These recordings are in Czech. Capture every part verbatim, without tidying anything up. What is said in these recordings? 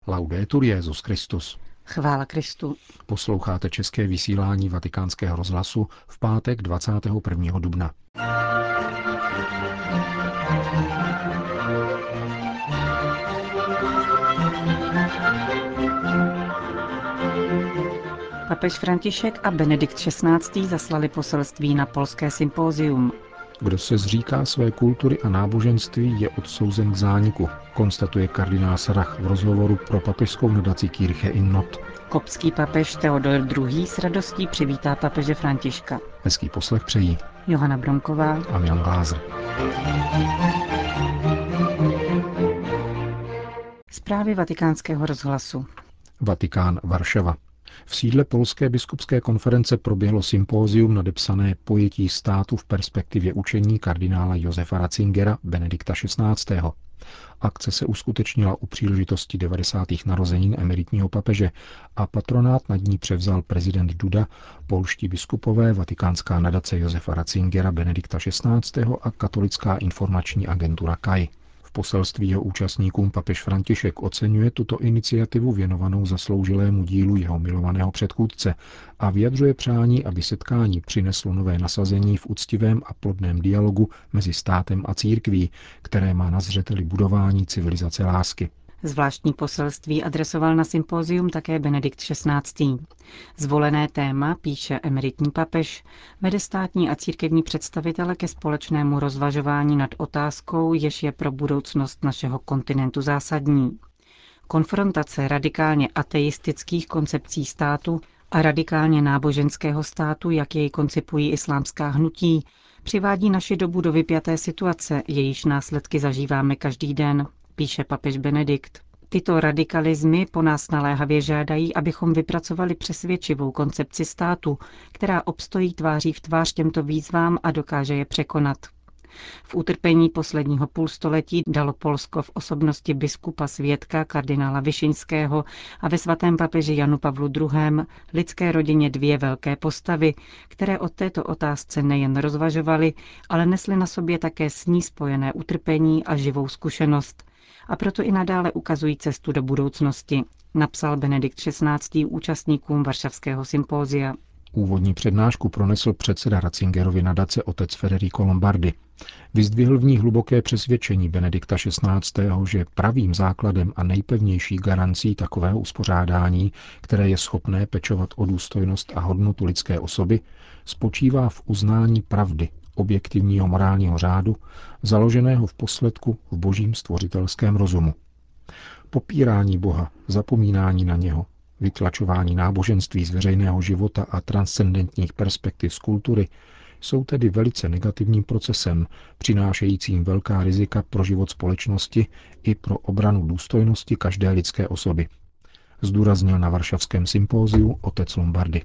Laudetur Jesus Christus. Chvála Kristu. Posloucháte české vysílání Vatikánského rozhlasu v pátek dvacátého prvního dubna. Papež František a Benedikt šestnáctý zaslali poselství na polské sympózium. Kdo se zříká své kultury a náboženství, je odsouzen k zániku, konstatuje kardinál Sarach v rozhovoru pro papežskou nadaci Kirche in Not. Koptský papež Teodor druhý. s radostí přivítá papeže Františka. Hezký poslech přejí Johana Bromková a Milan Glázer. Zprávy Vatikánského rozhlasu. Vatikán, Varšava. V sídle Polské biskupské konference proběhlo sympózium nadepsané Pojetí státu v perspektivě učení kardinála Josefa Ratzingera Benedikta šestnáctého. Akce se uskutečnila u příležitosti devadesátých narozenin emeritního papeže a patronát nad ní převzal prezident Duda, polští biskupové, vatikánská nadace Josefa Ratzingera Benedikta šestnáctého a katolická informační agentura K A I. V poselství jeho účastníkům papež František oceňuje tuto iniciativu věnovanou zasloužilému dílu jeho milovaného předchůdce a vyjadřuje přání, aby setkání přineslo nové nasazení v úctivém a plodném dialogu mezi státem a církví, které má na zřeteli budování civilizace lásky. Zvláštní poselství adresoval na sympózium také Benedikt šestnáctý. Zvolené téma, píše emeritní papež, vede státní a církevní představitele ke společnému rozvažování nad otázkou, jež je pro budoucnost našeho kontinentu zásadní. Konfrontace radikálně ateistických koncepcí státu a radikálně náboženského státu, jak jej koncipují islámská hnutí, přivádí naši dobu do vypjaté situace, jejíž následky zažíváme každý den, píše papež Benedikt. Tyto radikalismy po nás naléhavě žádají, abychom vypracovali přesvědčivou koncepci státu, která obstojí tváří v tvář těmto výzvám a dokáže je překonat. V utrpení posledního půlstoletí dalo Polsko v osobnosti biskupa svědka kardinála Vyšinského a ve svatém papeži Janu Pavlu druhém. lidské rodině dvě velké postavy, které o této otázce nejen rozvažovaly, ale nesly na sobě také s ní spojené utrpení a živou zkušenost. A proto i nadále ukazují cestu do budoucnosti, napsal Benedikt šestnáctý. účastníkům Varšavského sympózia. Úvodní přednášku pronesl předseda Ratzingerovy nadace otec Federico Lombardi. Vyzdvihl v ní hluboké přesvědčení Benedikta šestnáctého. že pravým základem a nejpevnější garancí takového uspořádání, které je schopné pečovat o důstojnost a hodnotu lidské osoby, spočívá v uznání pravdy, objektivního morálního řádu, založeného v posledku v božím stvořitelském rozumu. Popírání Boha, zapomínání na něho, vytlačování náboženství z veřejného života a transcendentních perspektiv z kultury jsou tedy velice negativním procesem, přinášejícím velká rizika pro život společnosti i pro obranu důstojnosti každé lidské osoby. Zdůraznil na Varšavském sympóziu otec Lombardi.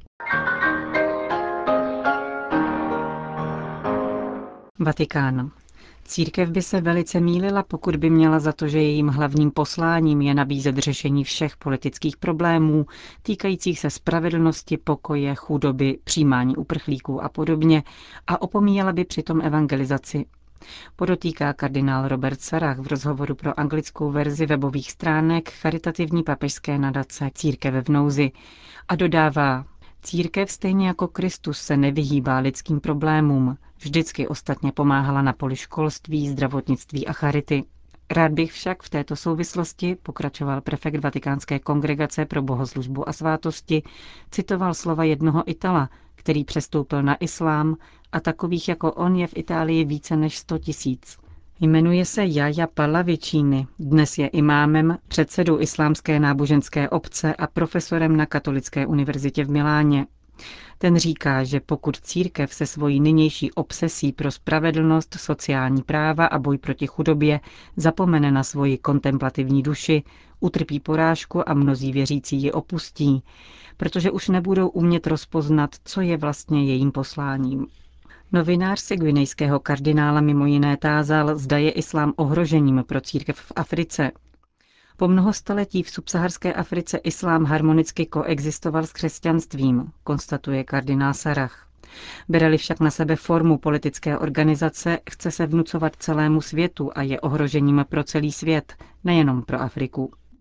Vatikán. Církev by se velice mýlila, pokud by měla za to, že jejím hlavním posláním je nabízet řešení všech politických problémů, týkajících se spravedlnosti, pokoje, chudoby, přijímání uprchlíků a podobně, a opomíjela by přitom evangelizaci. Podotýká kardinál Robert Sarach v rozhovoru pro anglickou verzi webových stránek charitativní papežské nadace Církev v nouzi a dodává: Církev stejně jako Kristus se nevyhýbá lidským problémům, vždycky ostatně pomáhala na poli školství, zdravotnictví a charity. Rád bych však v této souvislosti, pokračoval prefekt Vatikánské kongregace pro bohoslužbu a svátosti, citoval slova jednoho Itala, který přestoupil na islám, a takových jako on je v Itálii více než sto tisíc. Jmenuje se Jaja Pallavicini, dnes je imámem, předsedou islámské náboženské obce a profesorem na Katolické univerzitě v Miláně. Ten říká, že pokud církev se svojí nynější obsesí pro spravedlnost, sociální práva a boj proti chudobě zapomene na svoji kontemplativní duši, utrpí porážku a mnozí věřící ji opustí, protože už nebudou umět rozpoznat, co je vlastně jejím posláním. Novinář se guinejského kardinála mimo jiné tázal, zda je islám ohrožením pro církev v Africe. Po mnoho staletí v subsaharské Africe islám harmonicky koexistoval s křesťanstvím, konstatuje kardinál Sarach. Bere-li však na sebe formu politické organizace, chce se vnucovat celému světu a je ohrožením pro celý svět, nejenom pro Afriku.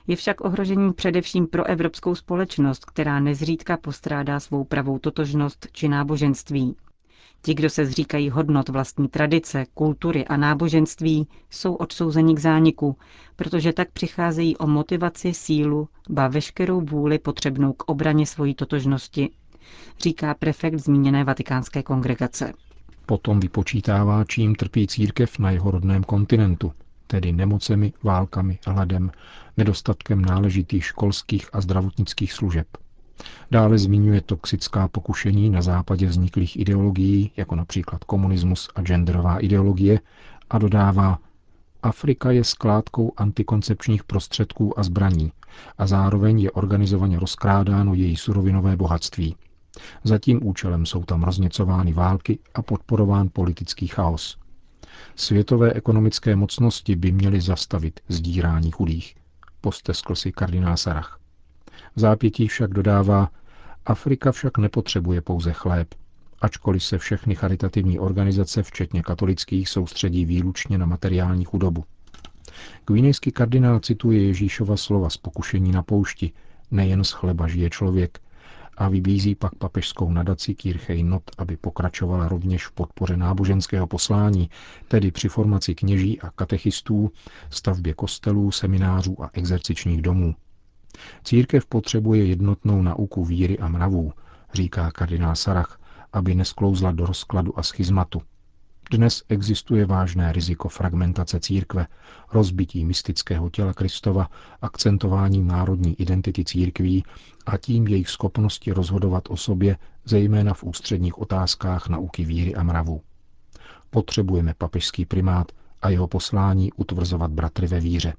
Je však ohrožením především pro evropskou společnost, která nezřídka postrádá svou pravou totožnost či náboženství. Ti, kdo se zříkají hodnot vlastní tradice, kultury a náboženství, jsou odsouzeni k zániku, protože tak přicházejí o motivaci, sílu, ba veškerou vůli potřebnou k obraně svojí totožnosti, říká prefekt zmíněné vatikánské kongregace. Potom vypočítává, čím trpí církev na jeho rodném kontinentu, tedy nemocemi, válkami, hladem, nedostatkem náležitých školských a zdravotnických služeb. Dále zmiňuje toxická pokušení na západě vzniklých ideologií, jako například komunismus a genderová ideologie, a dodává, Afrika je skládkou antikoncepčních prostředků a zbraní a zároveň je organizovaně rozkrádáno její surovinové bohatství. Za tím účelem jsou tam rozněcovány války a podporován politický chaos. Světové ekonomické mocnosti by měly zastavit sdírání chudých, posteskl si kardinál Sarah. V zápětí však dodává, Afrika však nepotřebuje pouze chléb, ačkoliv se všechny charitativní organizace, včetně katolických, soustředí výlučně na materiální chudobu. Guinejský kardinál cituje Ježíšova slova z pokušení na poušti, nejen z chleba žije člověk, a vybízí pak papežskou nadaci Kirche in Not, aby pokračovala rovněž v podpoře náboženského poslání, tedy při formaci kněží a katechistů, stavbě kostelů, seminářů a exercičních domů. Církev potřebuje jednotnou nauku víry a mravů, říká kardinál Sarah, aby nesklouzla do rozkladu a schizmatu. Dnes existuje vážné riziko fragmentace církve, rozbití mystického těla Kristova, akcentováním národní identity církví a tím jejich schopnosti rozhodovat o sobě, zejména v ústředních otázkách nauky víry a mravů. Potřebujeme papežský primát a jeho poslání utvrzovat bratry ve víře.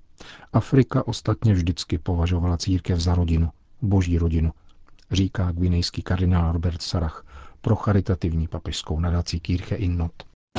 Afrika ostatně vždycky považovala církev za rodinu, boží rodinu, říká guinejský kardinál Robert Sarah pro charitativní papežskou nadaci Kirche in Not.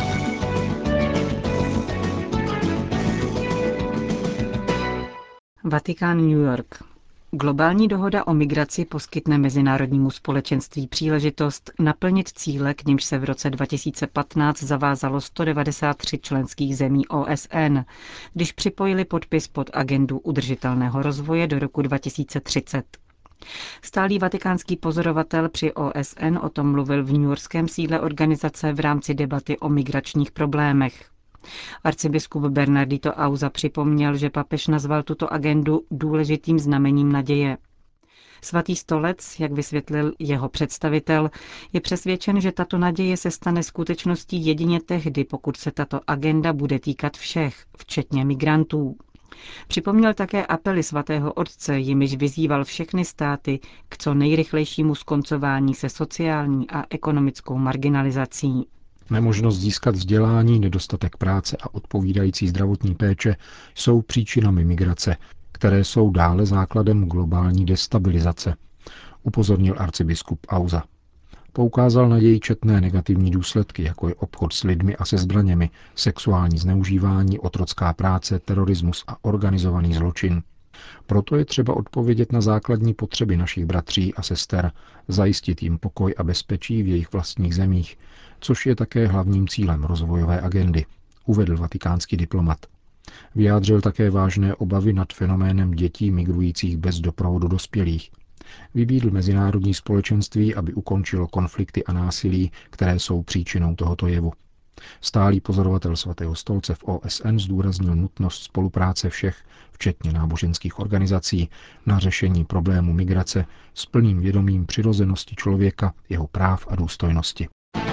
Vatikán, New York. Globální dohoda o migraci poskytne mezinárodnímu společenství příležitost naplnit cíle, k nimž se v roce dva tisíce patnáct zavázalo sto devadesát tři členských zemí O S N, když připojili podpis pod agendu udržitelného rozvoje do roku dva tisíce třicet. Stálý vatikánský pozorovatel při O S N o tom mluvil v newyorském sídle organizace v rámci debaty o migračních problémech. Arcibiskup Bernardito Auza připomněl, že papež nazval tuto agendu důležitým znamením naděje. Svatý stolec, jak vysvětlil jeho představitel, je přesvědčen, že tato naděje se stane skutečností jedině tehdy, pokud se tato agenda bude týkat všech, včetně migrantů. Připomněl také apely svatého otce, jimiž vyzýval všechny státy k co nejrychlejšímu skoncování se sociální a ekonomickou marginalizací. Nemožnost získat vzdělání, nedostatek práce a odpovídající zdravotní péče jsou příčinami migrace, které jsou dále základem globální destabilizace, upozornil arcibiskup Auza. Poukázal na její četné negativní důsledky, jako je obchod s lidmi a se zbraněmi, sexuální zneužívání, otrocká práce, terorismus a organizovaný zločin. Proto je třeba odpovědět na základní potřeby našich bratří a sester, zajistit jim pokoj a bezpečí v jejich vlastních zemích, což je také hlavním cílem rozvojové agendy, uvedl vatikánský diplomat. Vyjádřil také vážné obavy nad fenoménem dětí migrujících bez doprovodu dospělých. Vybídl mezinárodní společenství, aby ukončilo konflikty a násilí, které jsou příčinou tohoto jevu. Stálý pozorovatel svatého stolce v O S N zdůraznil nutnost spolupráce všech, včetně náboženských organizací, na řešení problému migrace s plným vědomím přirozenosti člověka, jeho práv a důstojnosti.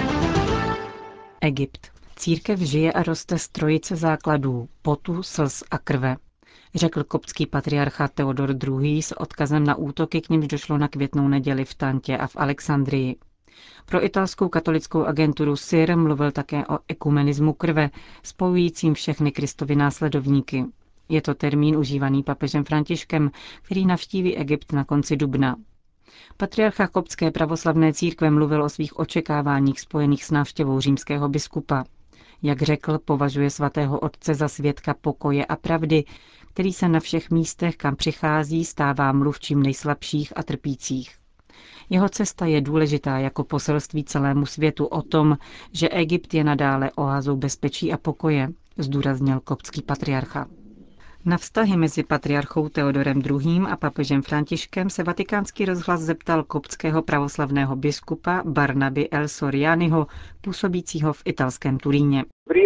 Egypt. Církev žije a roste z trojice základů, potu, slz a krve, řekl koptský patriarcha Teodor druhý. s odkazem na útoky, k nimž došlo na Květnou neděli v Tantě a v Alexandrii. Pro italskou katolickou agenturu S I R mluvil také o ekumenismu krve, spojujícím všechny Kristovy následovníky. Je to termín užívaný papežem Františkem, který navštíví Egypt na konci dubna. Patriarcha koptské pravoslavné církve mluvil o svých očekáváních spojených s návštěvou římského biskupa. Jak řekl, považuje svatého otce za svědka pokoje a pravdy, který se na všech místech, kam přichází, stává mluvčím nejslabších a trpících. Jeho cesta je důležitá jako poselství celému světu o tom, že Egypt je nadále oázou bezpečí a pokoje, zdůraznil koptský patriarcha. Na vztahy mezi patriarchou Theodorem druhým. a papežem Františkem se Vatikánský rozhlas zeptal koptského pravoslavného biskupa Barnaby El Sorianiho, působícího v italském Turíně.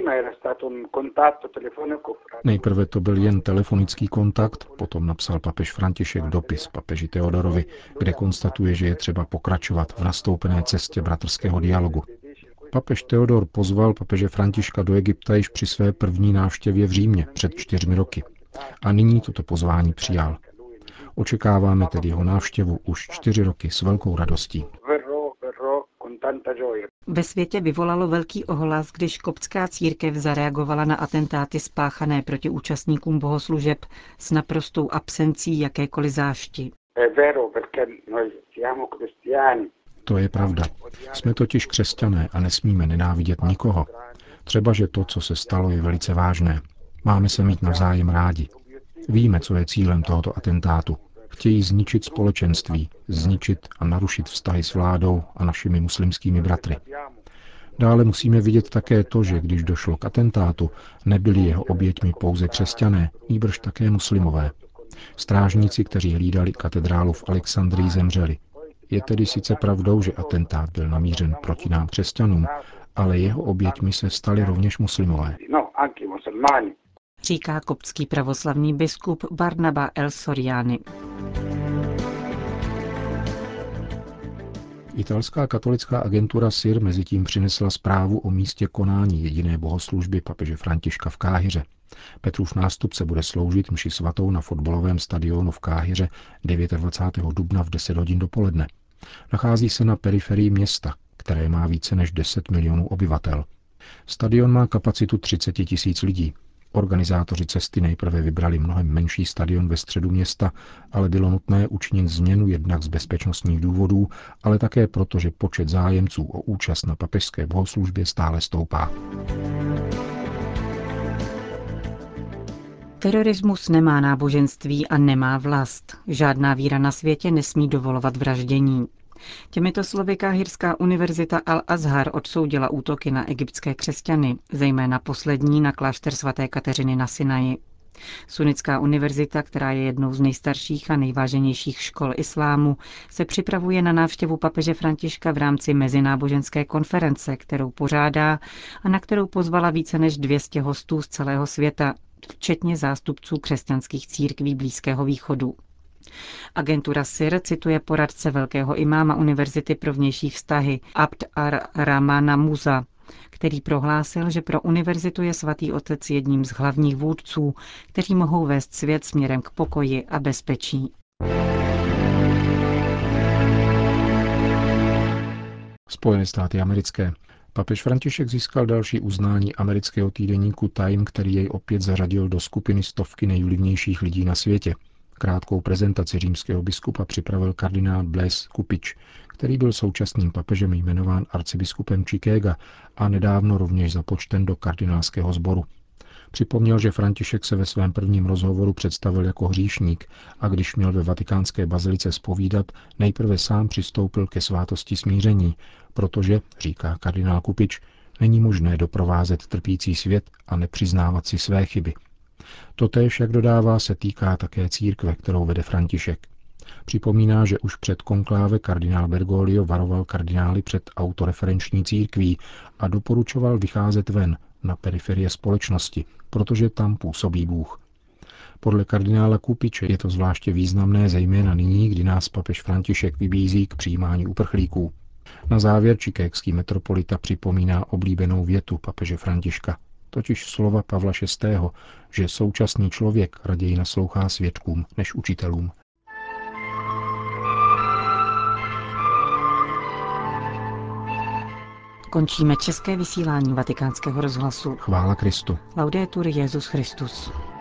Nejprve to byl jen telefonický kontakt, potom napsal papež František dopis papeži Theodorovi, kde konstatuje, že je třeba pokračovat v nastoupené cestě bratrského dialogu. Papež Theodor pozval papeže Františka do Egypta již při své první návštěvě v Římě před čtyřmi roky. A nyní toto pozvání přijal. Očekáváme tedy jeho návštěvu už čtyři roky s velkou radostí. Ve světě vyvolalo velký ohlas, když koptská církev zareagovala na atentáty spáchané proti účastníkům bohoslužeb s naprostou absencí jakékoliv zášti. To je pravda. Jsme totiž křesťané a nesmíme nenávidět nikoho. Třeba, že to, co se stalo, je velice vážné. Máme se mít navzájem rádi. Víme, co je cílem tohoto atentátu. Chtějí zničit společenství, zničit a narušit vztahy s vládou a našimi muslimskými bratry. Dále musíme vidět také to, že když došlo k atentátu, nebyli jeho oběťmi pouze křesťané, nýbrž také muslimové. Strážníci, kteří hlídali katedrálu v Alexandrii, zemřeli. Je tedy sice pravdou, že atentát byl namířen proti nám křesťanům, ale jeho oběťmi se stali rovněž muslimové. Říká koptský pravoslavný biskup Barnaba El Soriani. Italská katolická agentura S I R mezitím přinesla zprávu o místě konání jediné bohoslužby papeže Františka v Káhiře. Petrův nástupce bude sloužit mši svatou na fotbalovém stadionu v Káhiře dvacátého devátého dubna v deset hodin dopoledne. Nachází se na periferii města, které má více než deset milionů obyvatel. Stadion má kapacitu třicet tisíc lidí. Organizátoři cesty nejprve vybrali mnohem menší stadion ve středu města, ale bylo nutné učinit změnu jednak z bezpečnostních důvodů, ale také proto, že počet zájemců o účast na papežské bohoslužbě stále stoupá. Terorismus nemá náboženství a nemá vlast. Žádná víra na světě nesmí dovolovat vraždění. Těmito slovy Káhirská univerzita Al-Azhar odsoudila útoky na egyptské křesťany, zejména poslední na klášter svaté Kateřiny na Sinaji. Sunnická univerzita, která je jednou z nejstarších a nejváženějších škol islámu, se připravuje na návštěvu papeže Františka v rámci mezináboženské konference, kterou pořádá a na kterou pozvala více než dvě stě hostů z celého světa, včetně zástupců křesťanských církví Blízkého východu. Agentura S I R cituje poradce velkého imáma Univerzity pro vnější vztahy Abd ar-Rahmana Musa, který prohlásil, že pro univerzitu je svatý otec jedním z hlavních vůdců, kteří mohou vést svět směrem k pokoji a bezpečí. Spojené státy americké. Papež František získal další uznání amerického týdeníku Time, který jej opět zařadil do skupiny stovky nejvlivnějších lidí na světě. Krátkou prezentaci římského biskupa připravil kardinál Blaise Cuppich, který byl současným papežem jmenován arcibiskupem Chicaga a nedávno rovněž započten do kardinálského sboru. Připomněl, že František se ve svém prvním rozhovoru představil jako hříšník a když měl ve vatikánské bazilice zpovídat, nejprve sám přistoupil ke svátosti smíření, protože, říká kardinál Cuppich, není možné doprovázet trpící svět a nepřiznávat si své chyby. Totéž, jak dodává, se týká také církve, kterou vede František. Připomíná, že už před konkláve kardinál Bergoglio varoval kardinály před autoreferenční církví a doporučoval vycházet ven, na periferie společnosti, protože tam působí Bůh. Podle kardinála Cupiče je to zvláště významné zejména nyní, kdy nás papež František vybízí k přijímání uprchlíků. Na závěr chicagský metropolita připomíná oblíbenou větu papeže Františka, totiž slova Pavla šestého., že současný člověk raději naslouchá svědkům než učitelům. Končíme české vysílání Vatikánského rozhlasu. Chvála Kristu. Laudetur Jesus Christus.